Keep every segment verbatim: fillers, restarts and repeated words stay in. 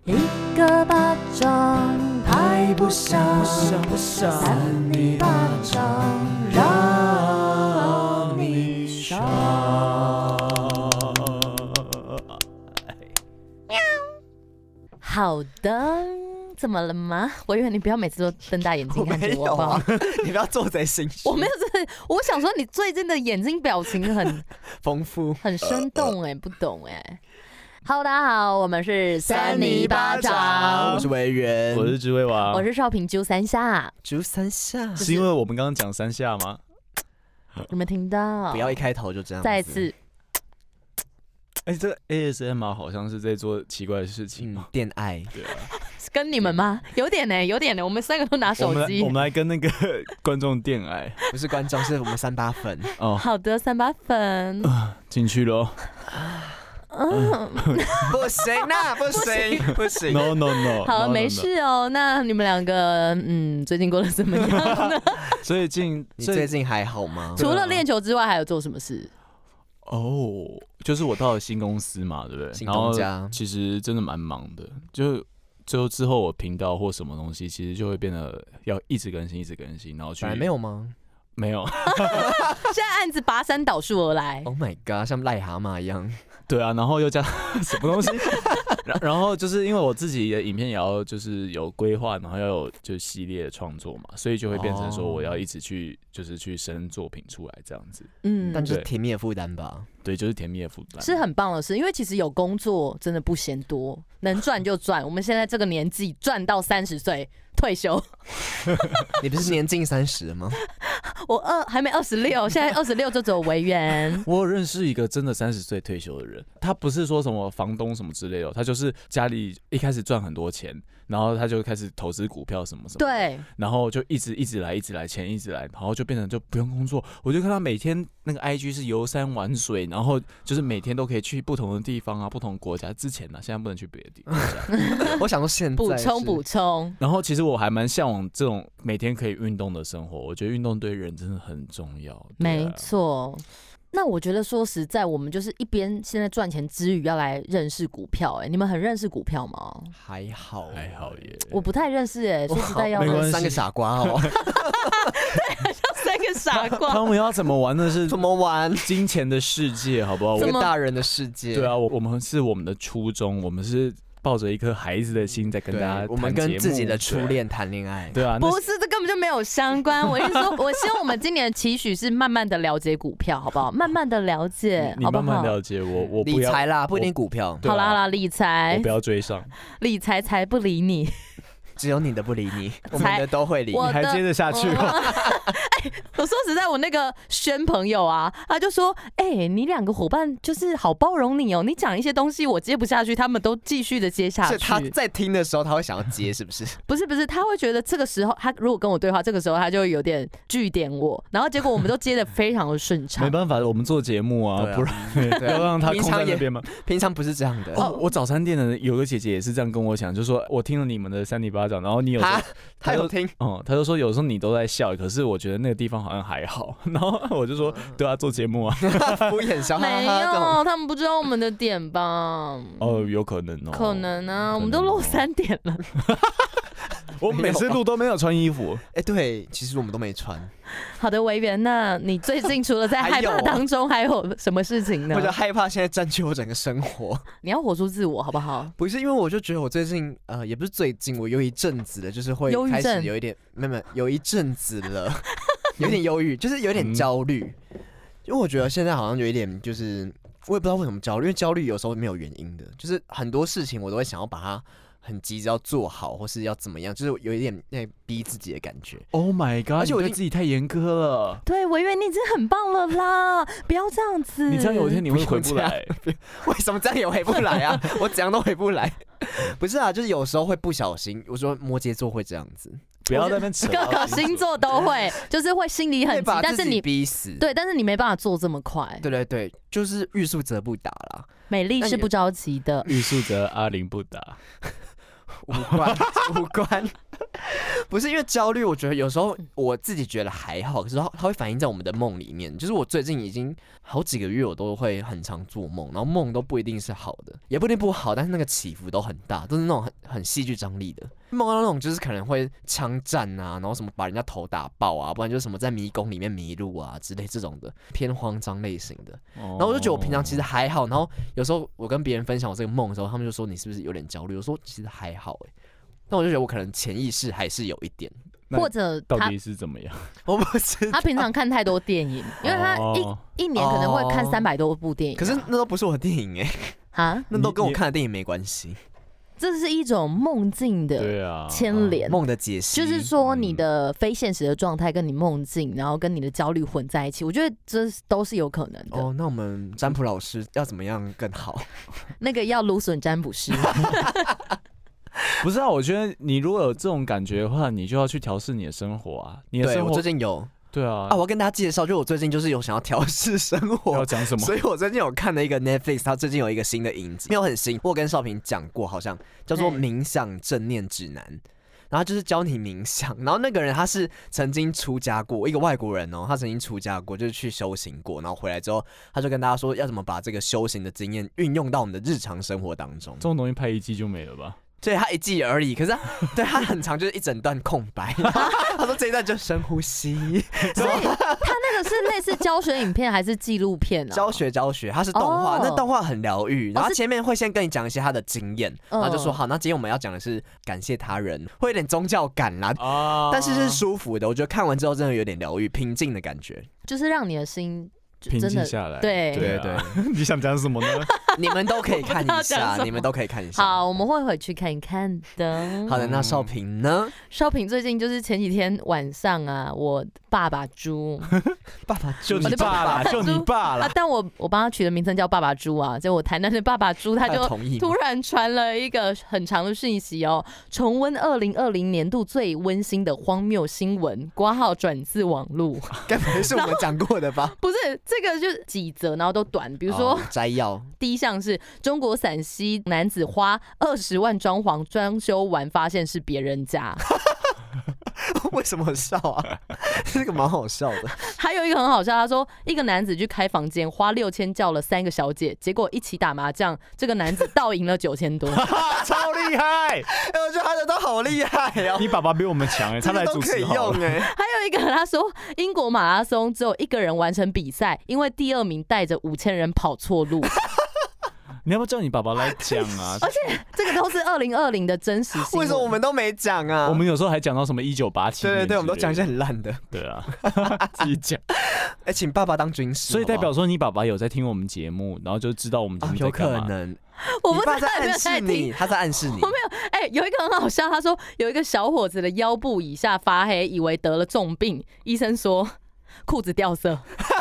一个巴掌拍不响，扇你巴掌让你爽。好的，怎么了吗？我以为你不要每次都瞪大眼睛看着我吧。 你不要做贼心虚。 我没有这，我想说你最近的眼睛表情很丰富， 很生动哎、欸，不懂哎、欸。Hello， 大家好，我们是三尼巴掌， 我是维园， 我是智慧王， 我是少平揪三下， 揪三下， 是因为我们刚刚讲三下吗？ 你们听到？ 不要一开头就这样子。 再一次。 哎、欸，这个 A S M R 好像是在做奇怪的事情嗯，恋爱， 对啊， 跟你们吗？有点呢、欸，有点呢、欸。我们三个都拿手机， 我们来跟那个观众恋爱， 不是观众，是我们三八粉哦。 好的，三八粉进去喽。 嗯， 不行啊，不行，不行 ，No No No， 好， no, no, no. 没事哦。那你们两个，嗯，最近过得怎么样呢？ 最近， 你最近还好吗？ 除了练球之外，还有做什么事？ 哦，就是我到了新公司嘛，对不对？ 新东家， 然后其实真的蛮忙的，就就之后我频道或什么东西，其实就会变得要一直更新，一直更新，然后去。 本来没有吗？ 没有。 现在案子拔山倒树而来。 Oh my god， 像癞蛤蟆一样。 对啊，然后又加什么东西？然后就是因为我自己的影片也要就是有规划，然后要有就系列的创作嘛，所以就会变成说我要一直去就是去生作品出来这样子。 嗯， 但就是甜蜜的负担吧。 对，就是甜蜜的负担。 是很棒的事，因为其实有工作真的不嫌多，能赚就赚。我们现在这个年纪赚到三十岁退休。 你不是年近三十了吗？ 我二还没二十六，现在二十六就只有维园。 我有认识一个真的三十岁退休的人，他不是说什么房东什么之类的，他就是家里一开始赚很多钱，然后他就开始投资股票什么什么， 对， 然后就一直一直来，一直来，钱一直来，然后就变成就不用工作。我就看他每天那个 I G 是游山玩水，然后就是每天都可以去不同的地方啊，不同的国家。之前呢、啊，现在不能去别的地方。 我想说现在补充补充。 然后其实我还蛮向往这种每天可以运动的生活，我觉得运动对人真的很重要。啊、 没错。那我觉得说实在，我们就是一边现在赚钱之余要来认识股票、欸。哎，你们很认识股票吗？ 还好， 还好耶。 我不太认识哎、欸，说实在要没关系， 三个傻瓜哦。 对，好像三个傻瓜。 他们要怎么玩呢？是怎么玩？ 金钱的世界，好不好？ 一个大人的世界。 对啊，我我们是我们的初衷，我们是抱着一颗孩子的心在跟大家谈节目， 我们跟自己的初恋谈恋爱。 对啊， 不是，这根本就没有相关。我意思说，我希望我们今年的期许是慢慢的了解股票，好不好？慢慢的了解， 你好不好？ 慢慢了解我，我理财啦，不一定股票。 好啦好啦，理财， 我不要追上， 理财才不理你。 只有你的不理你，我们的都会理。 你还接得下去吗？ 哎，我说实在，我那个轩朋友啊，他就说：“哎、欸，你两个伙伴就是好包容你哦，你讲一些东西我接不下去，他们都继续的接下去。” 他在听的时候，他会想要接，是不是？ 不是不是，他会觉得这个时候，他如果跟我对话，这个时候他就会有点据点我，然后结果我们都接得非常的顺畅。 没办法，我们做节目啊，啊不然要让他空在那边吗？ 平常不是这样的。 哦，我早餐店的有个姐姐也是这样跟我讲，就说我听了你们的三尼巴掌，然后你有时候他有听， 嗯，他就说有时候你都在笑，可是我觉得那个地方好像还好。然后我就说，对啊，做节目啊， 敷衍笑。 没有，他们不知道我们的点吧？ 哦，有可能哦， 可能啊，我们都录三点了。 我每次录都没有穿衣服。 哎、欸，对，其实我们都没穿。 好的，维园，那你最近除了在害怕当中，还有什么事情呢？ 我就害怕现在占据我整个生活。 你要活出自我，好不好？ 不是，因为我就觉得我最近呃，也不是最近，我有一阵子了，就是会开始有一点，没有没有，有一阵子了，有点忧郁，就是有点焦虑。嗯、因为我觉得现在好像有一点，就是我也不知道为什么焦虑，因为焦虑有时候没有原因的，就是很多事情我都会想要把它。很急着要做好，或是要怎么样，就是有一点在逼自己的感觉。 Oh my god！ 而且我对自己太严苛了。 对，我以为你已经很棒了啦，不要这样子。 你这样有一天你会回不来。 为什么这样也回不来啊？我怎样都回不来。不是啊，就是有时候会不小心。我说摩羯座会这样子。 不要在那边扯， 各个星座都会，就是会心里很急，但是你逼死， 对，但是你没办法做这么快。 对对对，就是欲速则不达啦。 美丽是不着急的， 欲速则阿玲不达。 无关无关， 不是因为焦虑，我觉得有时候我自己觉得还好，可是它会反映在我们的梦里面。就是我最近已经好几个月，我都会很常做梦，然后梦都不一定是好的，也不一定不好，但是那个起伏都很大，都是那种很很戏剧张力的。梦到那种就是可能会枪战啊，然后什么把人家头打爆啊，不然就是什么在迷宫里面迷路啊之类这种的偏慌张类型的。然后我就觉得我平常其实还好，然后有时候我跟别人分享我这个梦的时候，他们就说你是不是有点焦虑？我说其实还好哎、欸。但我就觉得我可能潜意识还是有一点， 或者到底是怎么样？ 我不知道。 他平常看太多电影，因为他一、哦、一年可能会看三百多部电影、啊， 可是那都不是我的电影哎、欸，啊，那都跟我看的电影没关系。 这是一种梦境的牵连， 梦、啊、的解析， 就是说你的非现实的状态跟你梦境，然后跟你的焦虑混在一起，我觉得这都是有可能的。 哦，那我们占卜老师要怎么样更好？ 那个要芦笋占卜师。 不是啊，我觉得你如果有这种感觉的话，你就要去调试你的生活啊。你的生活， 对我最近有。 对啊， 啊，我要跟大家介绍，就我最近就是有想要调试生活， 要讲什么？ 所以我最近有看了一个 Netflix， 它最近有一个新的影集，没有很新，我有跟少平讲过，好像叫做《冥想正念指南》，然后就是教你冥想，然后那个人他是曾经出家过，一个外国人哦，他曾经出家过，就是去修行过，然后回来之后，他就跟大家说要怎么把这个修行的经验运用到我们的日常生活当中。 这种东西拍一季就没了吧？ 对，他一季而已，可是他对他很长，就是一整段空白。他说这一段就深呼吸。 所以他那个是类似教学影片还是纪录片啊？ 教学教学，他是动画， oh. 那动画很疗愈。然后前面会先跟你讲一些他的经验， oh. 然后就说好，那今天我们要讲的是感谢他人，会有点宗教感啦， oh. 但是是舒服的。我觉得看完之后真的有点疗愈、平静的感觉， 就是让你的心平静下来。 对对对，你想讲什么呢？ 你们都可以看一下，你们都可以看一下。 好，我们会回去看一看的。 好的，那少平呢？ 少平最近就是前几天晚上啊，我爸爸猪， 爸爸就你爸啦，就你爸啦。 啊、但我我帮他取的名称叫爸爸猪啊，就我台南的爸爸猪，他就突然传了一个很长的讯息哦，重温二零二零年度最温馨的荒谬新闻，括号转自网路。 该不会是我们讲过的吧？ 不是，这个就是几则，然后都短，比如说摘要。 第一项是中国陕西男子花二十万装潢，装修完发现是别人家。 为什么笑啊？这个蛮好笑的。 还有一个很好笑，他说一个男子去开房间，花六千叫了三个小姐，结果一起打麻将，这个男子倒赢了九千多， 超厉害！ 哎、欸，我觉得他的都好厉害哦。 你爸爸比我们强哎，他来主持好了。 还有一个他说英国马拉松只有一个人完成比赛，因为第二名带着五千人跑错路。 你要不要叫你爸爸来讲啊？ 而且这个都是二零二零的真实新闻。 为什么我们都没讲啊？ 我们有时候还讲到什么一九八七。 对对对，我们都讲一些很烂的。 对啊，自己讲。 哎、欸，请爸爸当军师。 所以代表说你爸爸有在听我们节目，然后就知道我们节目在干嘛。 啊、有可能。 我不知道在暗示你，他在暗示你。 我没有。哎、欸，有一个很好笑，他说有一个小伙子的腰部以下发黑，以为得了重病，医生说裤子掉色。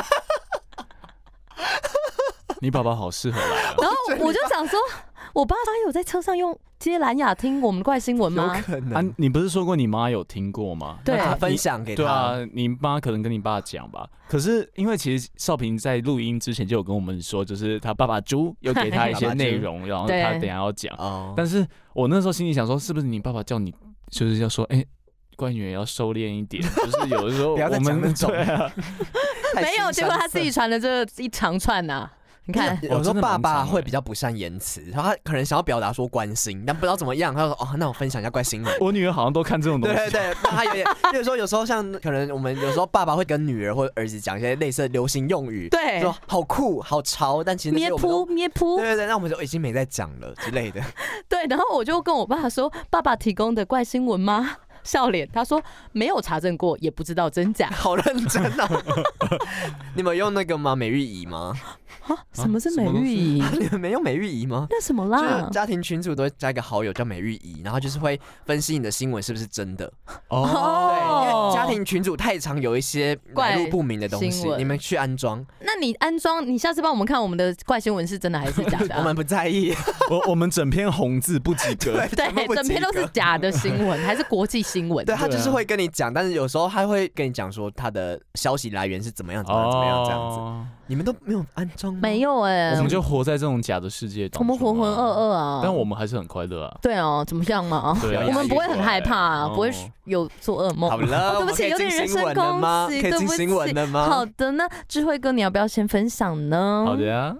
你爸爸好适合来啊！ 然后我就想说，我爸他有在车上用接蓝牙听我们的怪新闻吗？ 有可能啊！你不是说过你妈有听过吗？ 对， 他分享给他。 对啊，你妈可能跟你爸讲吧。可是因为其实少平在录音之前就有跟我们说，就是他爸爸猪有给他一些内容，然后他等一下要讲。但是我那时候心里想说，是不是你爸爸叫你就是要说，哎、欸，官员要收敛一点，就是有的时候我们不要再讲那种对啊， 没有，结果他自己传了这一长串呐、啊。你看， 有时候爸爸会比较不善言辞，然后他可能想要表达说关心，但不知道怎么样，他就说哦，那我分享一下怪新闻。 我女儿好像都看这种东西。 对对对，那他有点，比如说有时候像可能我们有时候爸爸会跟女儿或儿子讲一些类似的流行用语， 对， 说好酷、好潮，但其实咩噗咩噗， 对对对，那我们就已经没在讲了之类的。 对，然后我就跟我爸说，爸爸提供的怪新闻吗？笑脸，他说没有查证过，也不知道真假。 好认真哦！你们用那个吗？美玉仪吗？ 啊？什么是美玉仪？ 你们没用美玉仪吗？ 那什么啦？ 就是家庭群组都会加一个好友叫美玉仪，然后就是会分析你的新闻是不是真的。哦，对，因为家庭群组太常有一些来路不明的东西，你们去安装。 那你安装，你下次帮我们看我们的怪新闻是真的还是假的、啊？ 我们不在意。 我我们整篇红字不及格， 对，整篇都是假的新闻，还是国际新闻？ 对，他就是会跟你讲，但是有时候他会跟你讲说他的消息来源是怎么样，怎么样，怎么样这样子。你们都没有安张吗？ 没有哎、欸， 我们就活在这种假的世界当中、啊， 我们浑浑噩噩啊， 但我们还是很快乐啊。 对哦，怎么样嘛？ 对啊， 我们不会很害怕、啊， 哦、 不会有做噩梦。 好了， 哦、对不起，有点人身攻击， 可以进新闻了吗？ 好的，那智慧哥，你要不要先分享呢？ 好的呀。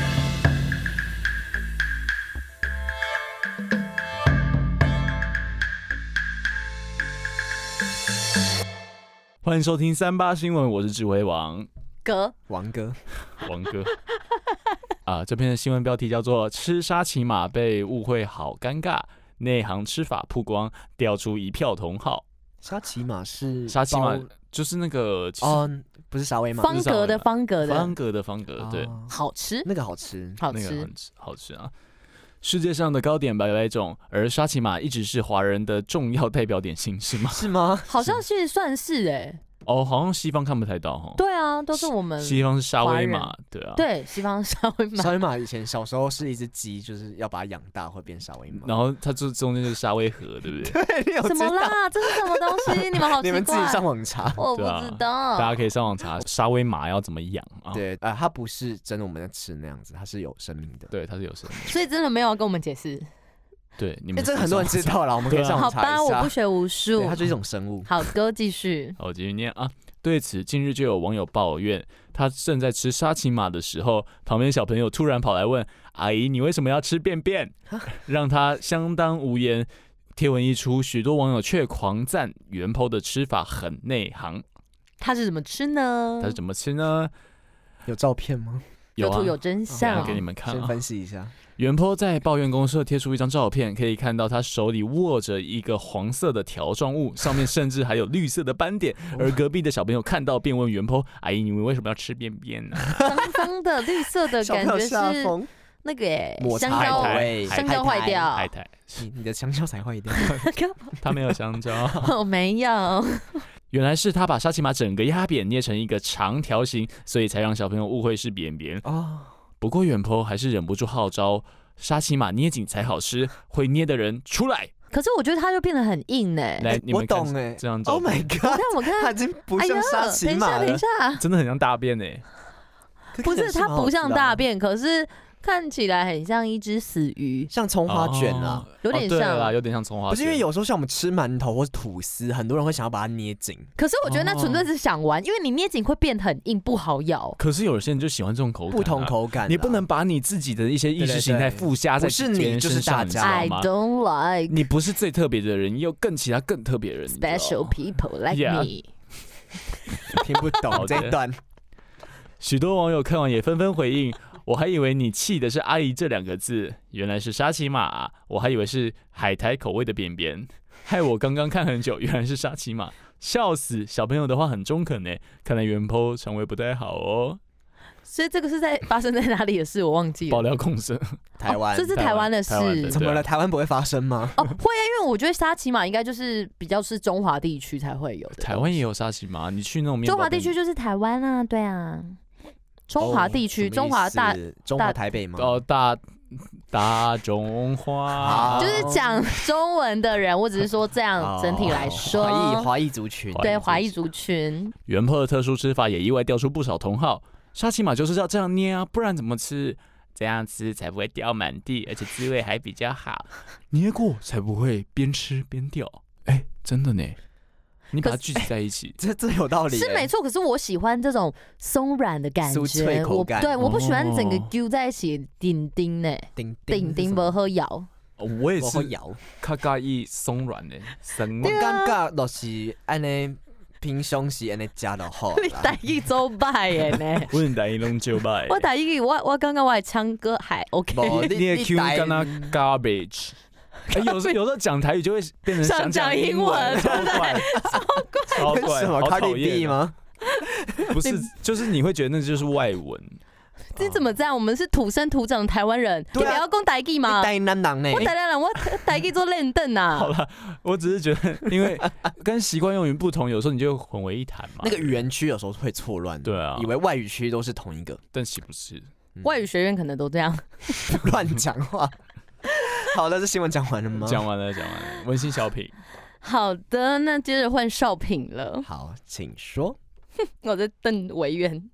欢迎收听三八新闻，我是智慧王哥， 王哥， 王哥。啊，这篇的新闻标题叫做"吃沙琪玛被误会好尴尬，内行吃法曝光，调出一票同好"。 沙琪玛是沙琪玛就是那个哦，不是沙威玛， 方格的方格的方格的方格，对， 哦、好吃， 那个好吃， 好吃， 那个很吃好吃啊。世界上的糕点百百种，而沙琪玛一直是华人的重要代表点心，是吗？ 是吗？ 好像是算是哎、欸。 哦，好像西方看不太到哈。 对啊，都是我们西方是沙威玛，对啊。 对，西方是沙威玛。 沙威玛以前小时候是一只鸡，就是要把它养大会变沙威玛。 然后它就中间就是沙威河，对不对？ 对， 什么啦？这是什么东西？你们好奇怪。 你们自己上网查。 我不知道、 啊。大家可以上网查沙威玛要怎么养啊？ 对，呃，它不是真的我们在吃那样子，它是有生命的。 对，它是有生命的。 所以真的没有要跟我们解释。 对，你们、 欸、这个很多人知道了，我们可以上网查一下。 好吧，我不学无术。 它就是一种生物。 好，哥继续。 好，继续念啊。对此，近日就有网友抱怨，他正在吃沙琪玛的时候，旁边小朋友突然跑来问：“阿姨，你为什么要吃便便？”让他相当无言。贴文一出，许多网友却狂赞原 po 的吃法很内行。 他是怎么吃呢？ 他是怎么吃呢？ 有照片吗？ 有啊， 有图有真相， 给你们看、啊。 先分析一下。 原 po 在抱怨公社贴出一张照片，可以看到他手里握着一个黄色的条状物，上面甚至还有绿色的斑点。而隔壁的小朋友看到便问原 po：“ 阿姨，你们为什么要吃便便呢？” 方方的绿色的感觉是那个耶，香蕉味， 香蕉坏掉， 海苔， 你你的香蕉才坏掉。 他没有香蕉， 我没有。 原来是他把沙琪玛整个压扁，捏成一个长条形，所以才让小朋友误会是便便。 哦。 不过原 po 还是忍不住号召，沙琪玛捏紧才好吃，会捏的人出来。 可是我觉得它就变得很硬呢、欸。 来，你们看我懂哎、欸， 这样照 ，Oh my god！ 我看我看， 它已经不像沙琪玛了。 等一下，等一下， 真的很像大便哎、 欸。 不是，它不像大便，可是看起来很像一只死鱼， 像葱花卷啊， 哦、 有点像啦，有点像葱花卷。 不是因为有时候像我们吃馒头或是吐司，很多人会想要把它捏紧。 可是我觉得那纯粹是想玩，哦、因为你捏紧会变很硬，不好咬。 可是有些人就喜欢这种口感、啊， 不同口感， 你不能把你自己的一些意识形态附加在别人身上， 不是你就是大家。 I don't like。 你不是最特别的人，你有更其他更特别的人。 Special people like yeah. me。 听不懂这一段。 许多网友看完也纷纷回应。我还以为你气的是阿姨这两个字，原来是沙琪玛、啊，我还以为是海苔口味的便便，害我刚刚看很久，原来是沙琪玛，笑死！小朋友的话很中肯呢，看来原 po 肠胃不太好哦。 所以这个是在发生在哪里的事？我忘记了。 爆料控社， 台湾、 哦，这是台湾的事。 怎么了？台湾不会发生吗？ 哦，会啊，因为我觉得沙琪玛应该就是比较是中华地区才会有的。 台湾也有沙琪玛，你去那种面包中华地区就是台湾啊，对啊。中华地区、哦，中华大中华台北吗？ 哦，大大中华， 就是讲中文的人，我只是说这样整体来说， 华裔华裔族群， 对华裔族群。 原 po 的特殊吃法也意外调出不少同好，沙琪玛就是要这样捏啊，不然怎么吃？这样吃才不会掉满地，而且滋味还比较好。捏过才不会边吃边掉。哎、欸，真的呢。你把它聚集在一起， 这这有道理、欸， 是没错。可是我喜欢这种松软的感觉， 酥脆口感。 我对，我不喜欢整个揪在一起，丁丁呢， 丁丁丁不好咬。 我也是咬， 较介意松软的，松。 我感觉就是安尼平常时安尼食就好。 你台语做歹的呢？ 我台语拢就歹。 我台语我我刚刚我唱歌还 OK。 你的 Q 跟他 garbage。欸、有时有时候讲台语就会变成想讲英文，超怪，超怪，超怪， 什么 Cardi B 吗？ 不是，就是你会觉得那就是外文。 这怎么这样？我们是土生土长的台湾人，你不要讲台语吗？ 台南人呢？ 我台南人，我台语做练凳啊。 好了，我只是觉得，因为跟习惯用语不同，有时候你就混为一谈嘛。 那个语言区有时候会错乱， 对啊， 以为外语区都是同一个， 但其实不是。 嗯、外语学院可能都这样， 乱讲话。好的，这新闻讲完了吗？ 讲完了，讲完了。温馨小品。 好的，那接着换少品了。 好，请说。 我在瞪委员。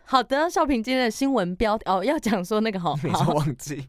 好的，少平今天的新闻标题哦，要讲说那个好， 每次忘记。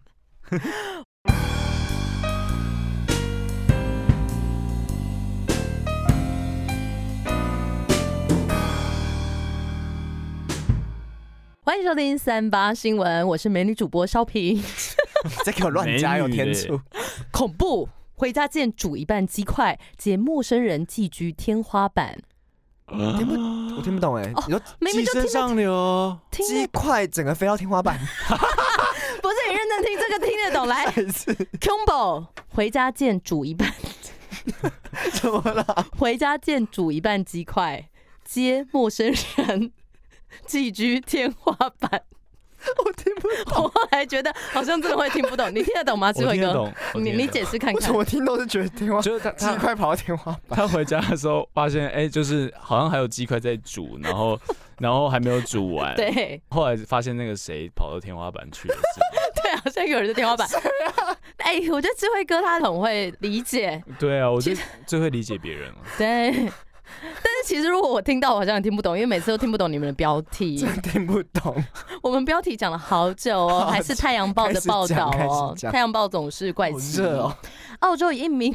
欢迎收听三八新闻，我是美女主播少平。 再给我乱加油添醋， 恐怖！回家见煮一半鸡块，接陌生人寄居天花板。 听不，我听不懂哎、欸。哦、你说寄生上流， 鸡块整个飞到天花板。 不是你认真听，这个听得懂来。Combo 回家见煮一半， 怎么了？ 回家见煮一半鸡块，接陌生人。寄居天花板， 我听不懂。 我后来觉得好像真的会听不懂，你听得懂吗？智慧哥，你你解释看看。 为什么听都是觉得天花， 就是他鸡块跑到天花板。 他回家的时候发现，哎、欸，就是好像还有鸡块在煮，然后然后还没有煮完。 对。 后来发现那个谁跑到天花板去了。 对，好像有人在天花板。哎、欸，我觉得智慧哥他很会理解。 对啊，我就最会理解别人了。 对。但是其实如果我听到，我好像也听不懂，因为每次都听不懂你们的标题， 真的听不懂。 我们标题讲了好久哦，还是《太阳报》的报道哦，《太阳报》总是怪奇哦。 澳洲有一名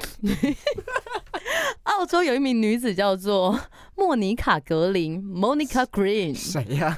澳洲有一名女子叫做莫妮卡·格林 （Monica Green）， 谁呀？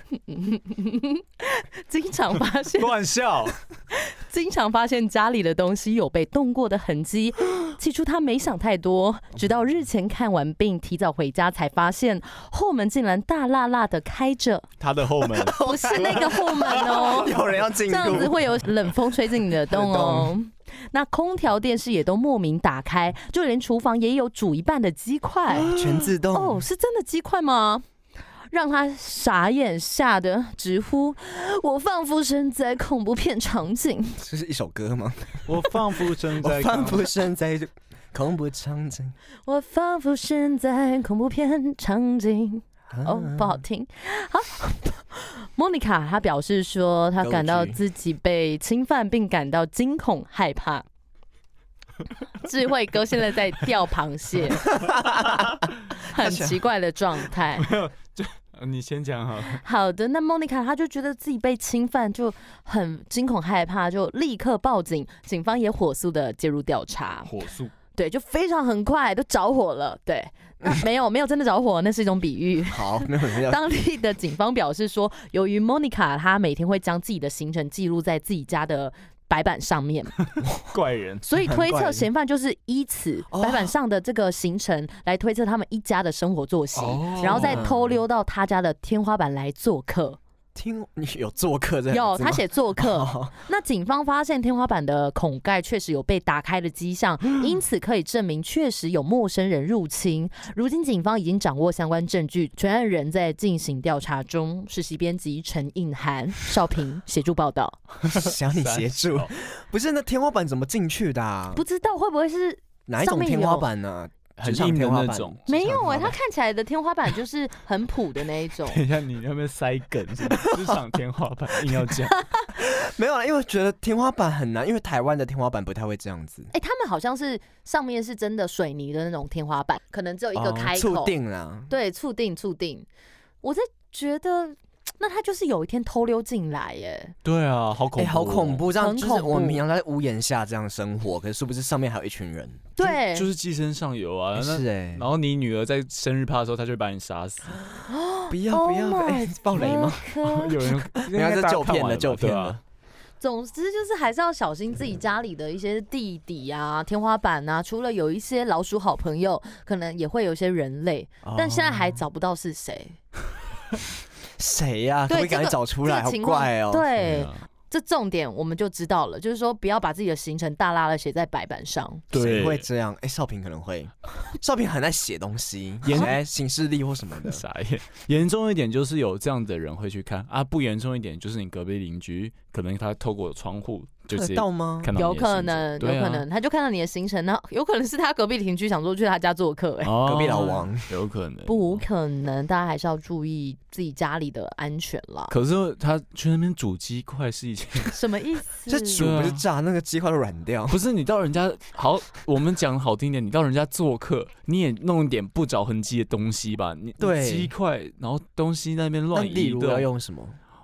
经常发现乱笑， 经常发现家里的东西有被动过的痕迹。起初他没想太多，直到日前看完病提早回家，才发现后门竟然大辣辣的开着。 他的后门不是那个后门哦， 有人要进入， 这样子会有冷风吹进你的洞哦。那空调、电视也都莫名打开，就连厨房也有煮一半的鸡块， 全自动。 哦，是真的鸡块吗？让他傻眼，吓得直呼：“我仿佛身在恐怖片场景。” 这是一首歌吗？ 我仿佛身在， 我仿佛身在恐怖场景。 我仿佛身在恐怖片场景。哦，不好听。好，莫妮卡她表示说，她感到自己被侵犯，并感到惊恐害怕。智慧哥现在在钓螃蟹，很奇怪的状态。 你先讲好了。 好的，那莫妮卡她就觉得自己被侵犯，就很惊恐害怕，就立刻报警，警方也火速的介入调查。 火速。 对，就非常很快，都着火了。对，那没有没有真的着火，那是一种比喻。 好，没有没有。 当地的警方表示说，由于莫妮卡她每天会将自己的行程记录在自己家的白板上面， 怪人， 所以推测嫌犯就是依此白板上的这个行程来推测他们一家的生活作息，哦、然后再偷溜到他家的天花板来做客。 听你有做客这样子吗？ 有，他写做客。哦、那警方发现天花板的孔盖确实有被打开的迹象，因此可以证明确实有陌生人入侵。如今警方已经掌握相关证据，全案仍在进行调查中。实习编辑陈印涵、少平协助报道。 想你协助？不是，那天花板怎么进去的、啊？ 不知道会不会是哪一种天花板呢、啊？ 很硬的那种， 没有哎、欸，它看起来的天花板就是很普的那一种。 等一下，你那边塞梗是职场天花板硬要讲？ 没有啦，因为我觉得天花板很难，因为台湾的天花板不太会这样子。 哎、欸，他们好像是上面是真的水泥的那种天花板，可能只有一个开口。 哦、触定啦。 对，触定触定。我在觉得。那他就是有一天偷溜进来耶。 对啊，好恐怖、喔欸， 好恐怖！这样就是我们平常在屋檐下这样生活，可是殊不知上面还有一群人。 对， 就, 就是寄生上游啊。 是哎、欸。 然后你女儿在生日趴的时候，她就会把你杀死。 不要不要！哎、欸，爆雷吗？ 有人应该是旧片的旧片了。 总之就是还是要小心自己家里的一些地底啊、天花板啊，除了有一些老鼠好朋友，可能也会有一些人类，哦、但现在还找不到是谁。 谁呀、啊？可不可以赶快找出来？好怪哦、喔。 对，啊、这重点我们就知道了，就是说不要把自己的行程大拉的写在白板上。 谁会这样？哎、欸，少平可能会。少平很爱写东西，写在行事历或什么的。 傻眼。严重一点就是有这样的人会去看啊，不严重一点就是你隔壁邻居，可能他透过窗户。就看得到吗？ 有可能，有可能，他就看到你的行程，那有可能是他隔壁邻居想说去他家做客、欸，哎、 哦，隔壁老王， 有可能， 不可能，大家还是要注意自己家里的安全啦。 可是他去那边煮鸡块是一件什么意思？ 这煮不是炸，那个鸡块都软掉。 不是你到人家好，我们讲好听点，你到人家做客，你也弄一点不着痕迹的东西吧？你对鸡块，然后东西那边乱移， 例如要用什么？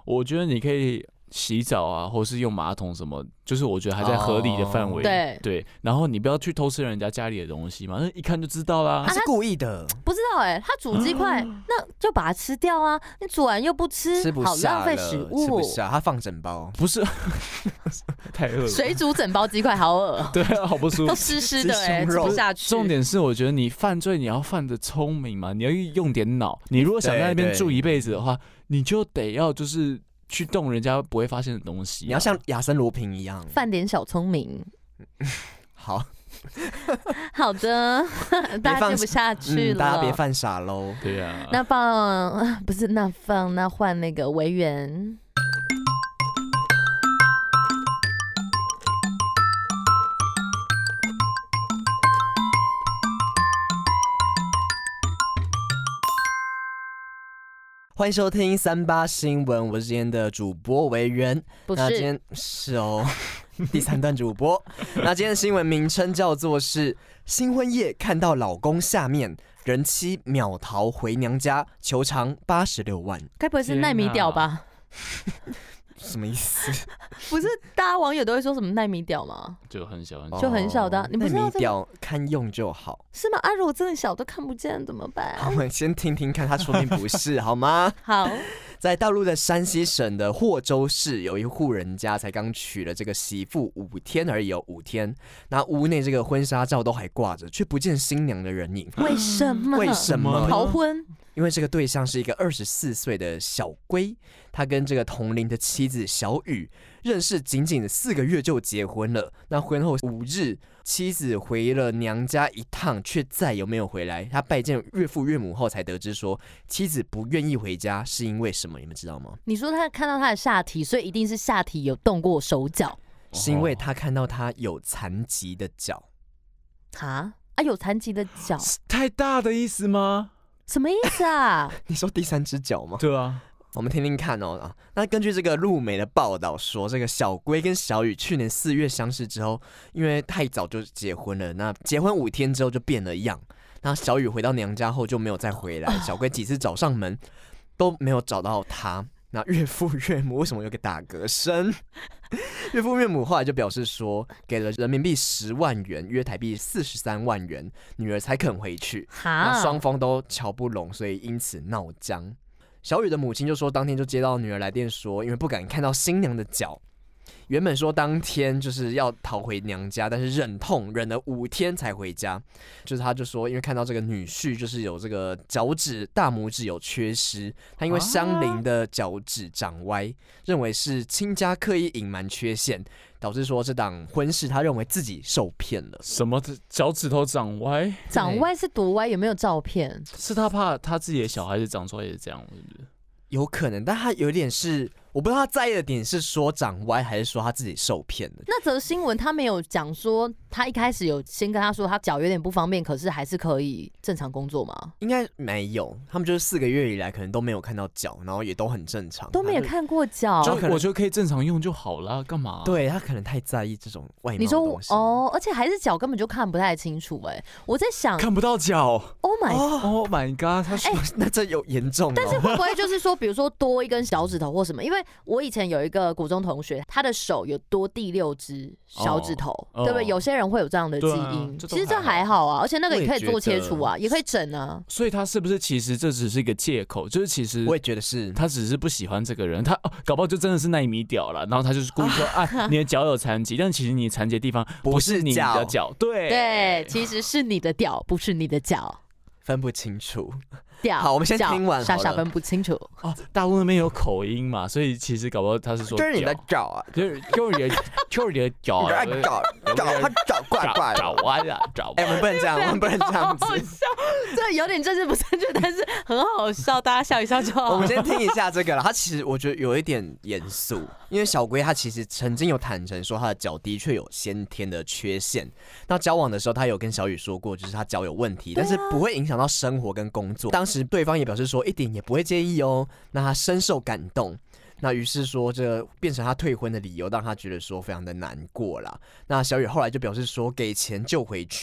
我觉得你可以洗澡啊，或是用马桶什么，就是我觉得还在合理的范围。 对、 哦、对，然后你不要去偷吃人家家里的东西嘛，那一看就知道啦。 他是故意的， 不知道哎、欸，他煮鸡块、啊，那就把它吃掉啊！你煮完又不吃， 吃不下好浪费食物。 吃不下，他放整包， 不是，太饿了。 水煮整包鸡块好恶， 对啊，好不舒服， 都湿湿的哎、欸，吃不下去。 重点是，我觉得你犯罪你要犯的聪明嘛，你要用点脑。你如果想在那边住一辈子的话，你就得要就是去动人家不会发现的东西、啊。 你要像亚森罗平一样， 犯点小聪明。 好。 好的，大家接不下去了， 嗯、大家别犯傻喽。 对啊， 那放不是那放那换那个维园。 欢迎收听三八新闻，我是今天的主播维园。 不是， 那今天是哦。第三段主播，那今天的新闻名称叫做是新婚夜看到老公下面，人妻秒逃回娘家，求偿八十六万。 该不会是奈米屌吧？ 什么意思？ 不是大家网友都会说什么奈米屌吗？ 就很小很小， 就很小的、啊，你不知道、 奈米屌堪用就好， 是吗？啊，如果真的小都看不见怎么办？ 我们先听听看，他说明不是好吗？ 好。 在大陆的山西省的霍州市，有一户人家才刚娶了这个媳妇五天而已哦，五天。那屋内这个婚纱照都还挂着，却不见新娘的人影。 为什么？ 为什么？ 逃婚？ 因为这个对象是一个二十四岁的小龟，他跟这个同龄的妻子小雨认识仅仅四个月就结婚了。那婚后五日，妻子回了娘家一趟，却再也没有回来。他拜见岳父岳母后，才得知说妻子不愿意回家是因为什么？你们知道吗？ 你说他看到他的下体，所以一定是下体有动过手脚， 是因为他看到他有残疾的脚。 哈啊，有残疾的脚， 太大的意思吗？ 什么意思啊？ 你说第三只脚吗？ 对啊。 我们听听看哦。啊，那根据这个路媒的报道说，这个小龟跟小雨去年四月相识之后，因为太早就结婚了，那结婚五天之后就变了样。那小雨回到娘家后就没有再回来，小龟几次找上门都没有找到他。那岳父岳母为什么有个打嗝声？岳父岳母后来就表示说，给了人民币十万元，约台币四十三万元，女儿才肯回去。那双方都瞧不拢，所以因此闹僵。小雨的母亲就说，当天就接到女儿来电说，因为不敢看到新娘的脚，原本说当天就是要逃回娘家，但是忍痛忍了五天才回家。就是他就说，因为看到这个女婿就是有这个脚趾大拇指有缺失，他因为相邻的脚趾长歪，认为是亲家刻意隐瞒缺陷，导致说这档婚事他认为自己受骗了。 什么脚趾头长歪？ 长歪是多歪？有没有照片？ 是他怕他自己的小孩子长出来也是这样，是不是？ 有可能，但他有点是我不知道他在意的点是说长歪，还是说他自己受骗的。 那则新闻他没有讲说他一开始有先跟他说他脚有点不方便，可是还是可以正常工作吗？ 应该没有，他们就是四个月以来可能都没有看到脚，然后也都很正常， 都没有看过脚， 就我觉得可以正常用就好了，干嘛、啊？ 对他可能太在意这种外貌的你说东西哦，而且还是脚根本就看不太清楚哎、欸，我在想看不到脚 ，Oh my God，Oh my God， 他说、 欸、那这有严重、哦， 但是会不会就是说，比如说多一根脚趾头或什么？因为我以前有一个国中同学，他的手有多第六只小指头，哦、对不对？有些人会有这样的基因，啊、其实这还好啊，而且那个也可以做切除啊，也可以整啊。 所以他是不是其实这只是一个借口？就是其实我也觉得是， 他只是不喜欢这个人，他、哦、搞不好就真的是奈米屌了，然后他就是故意说啊，你的脚有残疾，但其实你残疾的地方不是你的脚，对对，其实是你的屌，不是你的脚， 分不清楚。 好， 我们先听完好了， 傻傻分不清楚。 哦，大陆那边有口音嘛，所以其实搞不好他是说， 就是你的脚啊， 就是就是你的，就是你的脚， 脚脚他脚怪怪， 脚歪啊，脚。 哎，我们不能这样，我们不能这样子。 好笑，这有点政治不正确，但是很好笑，大家笑一笑就好。 我们先听一下这个了，他其实我觉得有一点严肃，因为小龟他其实曾经有坦诚说他的脚的确有先天的缺陷。那交往的时候，他有跟小雨说过，就是他脚有问题，但是不会影响到生活跟工作。当时对方也表示说一点也不会介意哦，那他深受感动。那于是说，这变成他退婚的理由，让他觉得说非常的难过啦。那小雨后来就表示说，给钱就回去，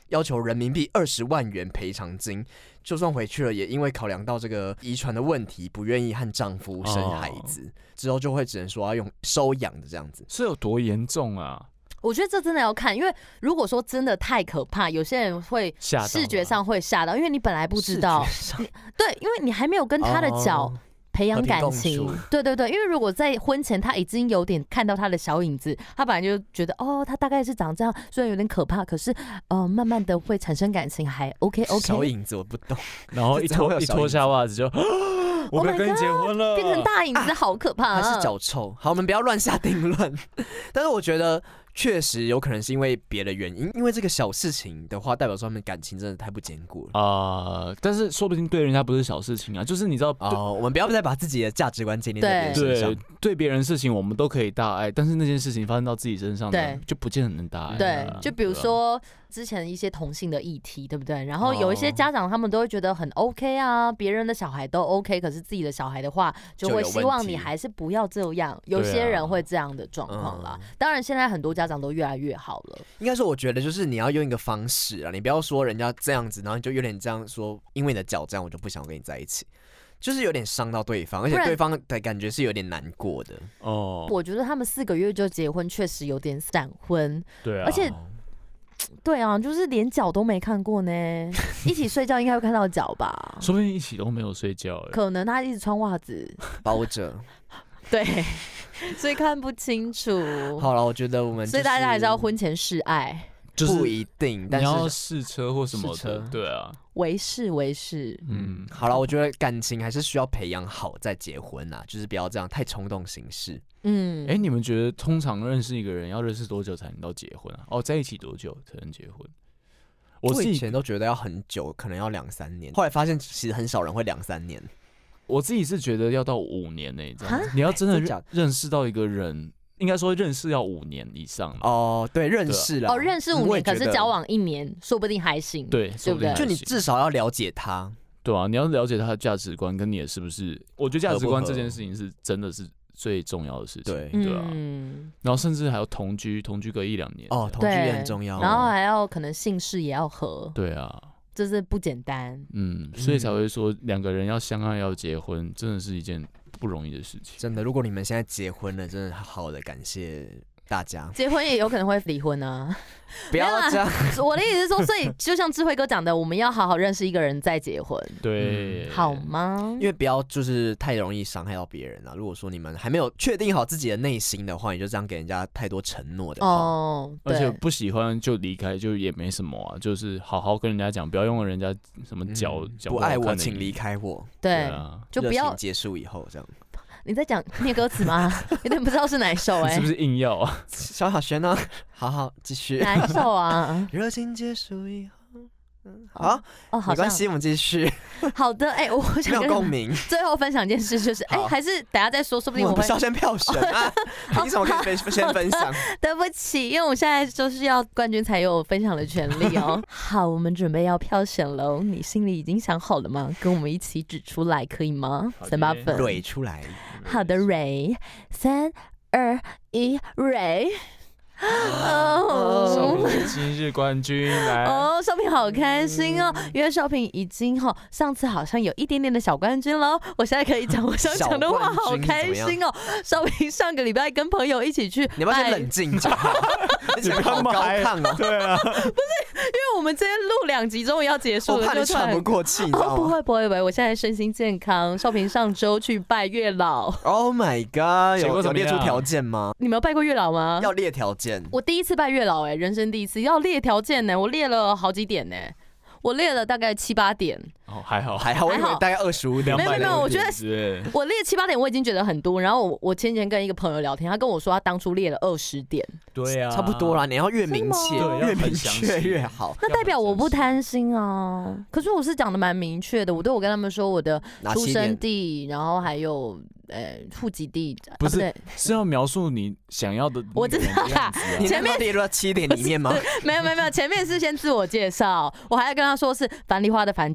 要求人民币二十万元赔偿金。就算回去了，也因为考量到这个遗传的问题，不愿意和丈夫生孩子，哦、之后就会只能说要用收养的这样子。 是有多严重啊？ 我觉得这真的要看，因为如果说真的太可怕，有些人会视觉上会吓到，因为你本来不知道，对，因为你还没有跟他的脚。哦培养感情，对对对，因为如果在婚前他已经有点看到他的小影子，他本来就觉得哦，他大概是长这样，虽然有点可怕，可是呃，慢慢的会产生感情，还 OK OK。 小影子我不懂， 然后一脱一脱下袜子就，我们跟你结婚了， oh、变成大影子，好可怕、啊！ 还是脚臭？好，我们不要乱下定论。但是我觉得。确实有可能是因为别的原因，因为这个小事情的话，代表说他们感情真的太不坚固了啊、呃。但是说不定对人家不是小事情啊，就是你知道哦，我们不要再把自己的价值观建立在别人身上。 对，对别人事情我们都可以大爱，但是那件事情发生到自己身上呢，就不见得能大爱。 对，就比如说之前一些同性的议题，对不对？然后有一些家长他们都会觉得很 OK 啊，别人的小孩都 OK， 可是自己的小孩的话，就会希望你还是不要这样。有些人会这样的状况啦。嗯、当然，现在很多家长都越来越好。好了， 应该说，我觉得就是你要用一个方式啊，你不要说人家这样子，然后你就有点这样说，因为你的脚这样，我就不想跟你在一起，就是有点伤到对方，而且对方的感觉是有点难过的哦。 我觉得他们四个月就结婚，确实有点闪婚， 对啊， 而且。对啊，就是连脚都没看过呢。一起睡觉应该会看到脚吧？ 说不定一起都没有睡觉、欸， 可能他一直穿袜子包着。 对，所以看不清楚。 好了，我觉得我们、就是、 所以大家还是要婚前示爱， 就是不一定，但是你要试车或什么的，对啊， 为是为是。 嗯，好了，我觉得感情还是需要培养好再结婚啊，就是不要这样太冲动行事。 嗯， 哎、欸，你们觉得通常认识一个人要认识多久才能到结婚啊？哦，在一起多久才能结婚？ 我自己以前都觉得要很久，可能要两三年，后来发现其实很少人会两三年。 我自己是觉得要到五年呢、欸，这样你要真的 认, 认识到一个人，应该说认识要五年以上哦。对，认识了、啊、 哦，认识五年，可是交往一年，说不定还行。 对， 对不对？ 就你至少要了解他， 对啊，你要了解他的价值观跟你的是不是？我觉得价值观这件事情是真的是最重要的事情， 对对啊。 嗯、 然后甚至还要同居，同居个一两年哦，同居也很重要。 然后还要可能姓氏也要合， 对啊。 这是不简单， 嗯，所以才会说两个人要相爱要结婚，真的是一件不容易的事情。 真的，如果你们现在结婚了，真的好好的感谢大家。 结婚也有可能会离婚啊， 不要这样。 我的意思是说，所以就像智慧哥讲的，我们要好好认识一个人再结婚， 对、 嗯，好吗？ 因为不要就是太容易伤害到别人啊。如果说你们还没有确定好自己的内心的话，你就这样给人家太多承诺的话， 哦， 而且不喜欢就离开，就也没什么啊，就是好好跟人家讲，不要用人家什么脚、嗯、 不爱我请离开我， 对, 对啊， 就不要结束以后这样。 你在讲念歌词吗？有点不知道是哪一首哎、欸， 是不是硬要啊？ 萧亚轩呢？好好继续。 哪一首啊？ 热情结束以后，好哦，好， 没关系，我们继续。 好的，哎、欸，我想跟没有共鸣。 最后分享一件事，就是哎、欸，还是等下再说，说不定我们不是要先票选啊？凭什么可以先分享？ 对不起，因为我现在就是要冠军才有分享的权利哦。好，我们准备要票选喽，你心里已经想好了吗？跟我们一起指出来，可以吗？三八粉， 蕊出来。 好的，蕊，三二一，蕊。 哦，少平今日冠军来哦，少平好开心哦，因为少平已经哈、哦、上次好像有一点点的小冠军喽，我现在可以讲我想讲的话，好开心哦。少平上个礼拜跟朋友一起去， 你要不要先冷静讲？你好高亢哦， 对啊，不是因为我们今天录两集终于要结束了， 我怕你喘不过气，你知道吗？ 哦，不会不会不会，我现在身心健康。少平上周去拜月老 ，Oh my god， 有有列出条件吗？ 你们有拜过月老吗？ 要列条件。 我第一次拜月老、欸，哎，人生第一次要列条件呢、欸，我列了好几点呢、欸，我列了大概七八点。 哦，还好还好，我以为大概二十五点。 没有没有，我觉得我列七八点我已经觉得很多。然后我我前几天跟一个朋友聊天，他跟我说他当初列了二十点。 对啊， 差不多啦。你要越明确，越明确越好。 那代表我不贪心啊。可是我是讲的蛮明确的，我都有跟他们说我的出生地，然后还有呃户籍地。 不是， 啊、不是要描述你想要的。 我知道啦， 前面列入到七点里面吗？ 没有没有没有，前面是先自我介绍，我还要跟他说是樊梨花的樊介绍的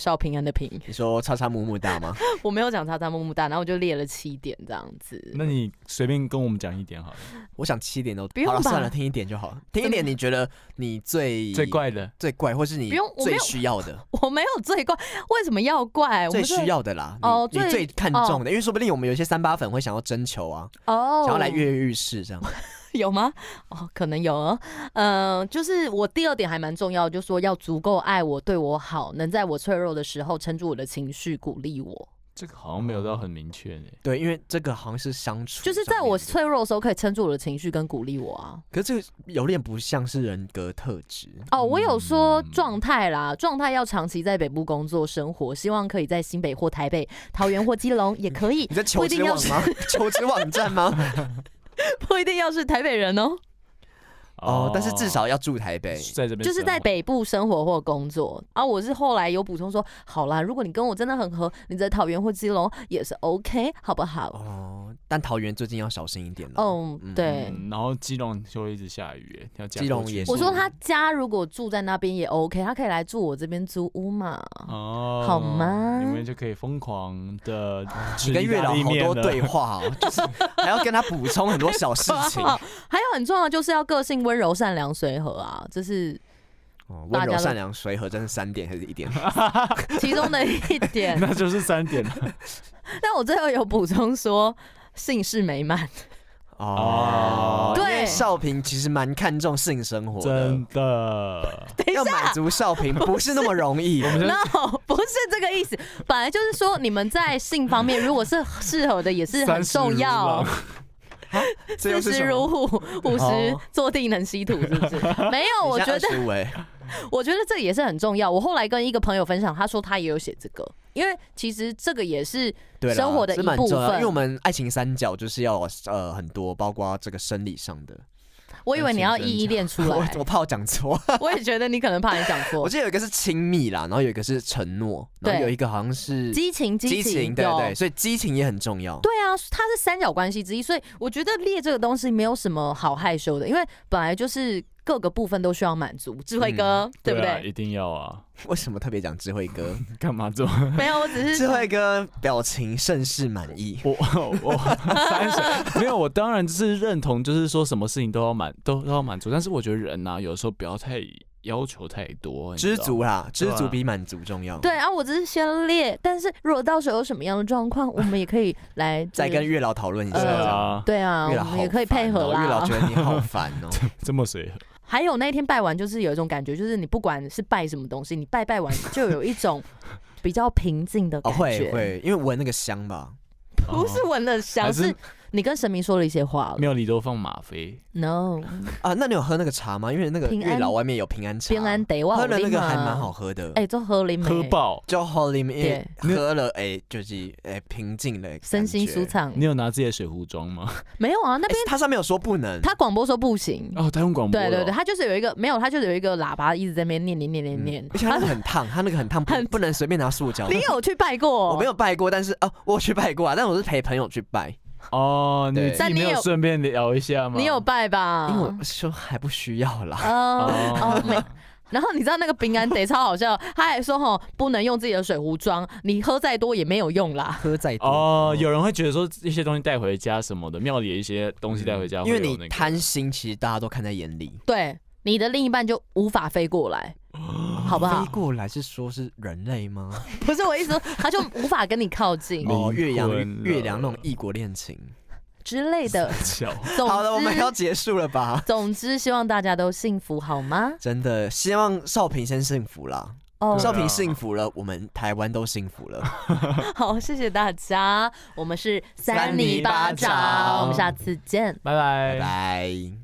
少平安的平。 你说叉叉木木大吗？ 我没有讲叉叉木木大，然后我就列了七点这样子。 那你随便跟我们讲一点好了。 我想七点都不用吧， 好了，算了，听一点就好。听一点，你觉得你最最怪的、 最怪，或是你最需要的？ 我没有最怪，为什么要怪？ 最需要的啦，哦，你最看重的，因为说不定我们有些三八粉会想要征求啊，哦，想要来跃跃欲试这样。 有吗？哦，可能有哦。呃，就是我第二点还蛮重要，就是说要足够爱我，对我好，能在我脆弱的时候撑住我的情绪，鼓励我。 这个好像没有到很明确诶。 对，因为这个好像是相处， 就是在我脆弱的时候可以撑住我的情绪跟鼓励我啊。 可是这个有点不像是人格特质哦。我有说状态啦，状态要长期在北部工作生活，希望可以在新北或台北、桃园或基隆也可以。 你在求职网吗？求职网站吗？ 不一定要是台北人哦。 哦，但是至少要住台北， 在这边就是在北部生活或工作。啊，我是后来有补充说，好啦，如果你跟我真的很合，你在桃园或基隆也是 OK， 好不好？ 哦，但桃园最近要小心一点了。 哦，对、 嗯。然后基隆就会一直下雨，要基隆也是。 我说他家如果住在那边也 OK， 他可以来住我这边租屋嘛？哦，好吗？ 你们就可以疯狂的你跟月老好多对话哦，就是还要跟他补充很多小事情。 还有很重要就是要个性温柔、善良、随和啊，这是哦，温柔、善良、随和，真是三点还是一点？ 其中的一点， 那就是三点了。 但我最后有补充说，姓氏美满。 哦，对，少平其实蛮看重性生活的， 真的。 要满足少平不是那么容易。 No， 不是这个意思。本来就是说，你们在性方面，如果是适合的，也是很重要。四十如虎，五十坐地能吸土，是不是？没有，我觉得，我觉得这也是很重要。我后来跟一个朋友分享，他说他也有写这个，因为其实这个也是生活的一部分。 因为我们爱情三角就是要呃很多，包括这个生理上的。 我以为你要一一练出来， 我, 我怕我讲错。 我也觉得你可能怕你讲错。 我记得有一个是亲密啦，然后有一个是承诺，然后有一个好像是激情， 激情，对对，所以激情也很重要。 对啊，它是三角关系之一，所以我觉得列这个东西没有什么好害羞的，因为本来就是各个部分都需要满足。智慧哥，嗯、对不对？ 对啊，一定要啊！ 为什么特别讲智慧哥？ 干嘛做？ 没有，我只是智慧哥表情甚是满意。 我我三十没有，我当然是认同，就是说什么事情都要满都都要满足，但是我觉得人呐、啊，有时候不要太要求太多， 知足啦，知足比满足重要。 对啊，我只是先列，但是如果到时候有什么样的状况，我们也可以来再跟月老讨论一下。 呃、对啊， 月老我们也可以配合啦。 月老觉得你好烦哦， 这么随和。 还有那天拜完，就是有一种感觉，就是你不管是拜什么东西，你拜拜完就有一种比较平静的感觉。 哦、会会，因为闻那个香吧。 不是闻的香，是你跟神明说了一些话了。 庙里都放吗啡 ？No 啊，那你有喝那个茶吗？因为那个月老外面有平安茶， 平安得哇， 喝了那个还蛮好喝的。 哎、欸，就喝了喝爆， 就喝里面喝了，哎、欸，就是哎、欸、平静的， 身心舒畅。 你有拿自己的水壶装吗？ 没有啊，那边、 欸、他上面有说不能， 他广播说不行。 哦，他用广播、哦。 对对对，他就是有一个没有，他就是有一个喇叭一直在那边念念念念念， 而且他那个很烫，他那个很烫，不不能随便拿塑胶。 你有去拜过？ 我没有拜过，但是啊，我有去拜过啊，但我是陪朋友去拜。 哦，你自己没有顺便聊一下吗？ 你有拜吧？ 因为我说还不需要啦。 哦哦，没。然后你知道那个平安得超好笑，他还说吼不能用自己的水壶装，你喝再多也没有用啦。 喝再多哦，有人会觉得说一些东西带回家什么的，庙里的一些东西带回家、那個， 因为你贪心，其实大家都看在眼里。 对，你的另一半就无法飞过来。好不好？ 飞过来是说是人类吗？ 不是我意思说，他就无法跟你靠近。 哦，岳阳岳良那种异国恋情之类的。 好了，我们要结束了吧？ 总之，希望大家都幸福，好吗？ 真的，希望少平先幸福啦。哦，少平幸福了，我们台湾都幸福了。 好，谢谢大家，我们是三尼巴掌，我们下次见， 拜拜， 拜拜。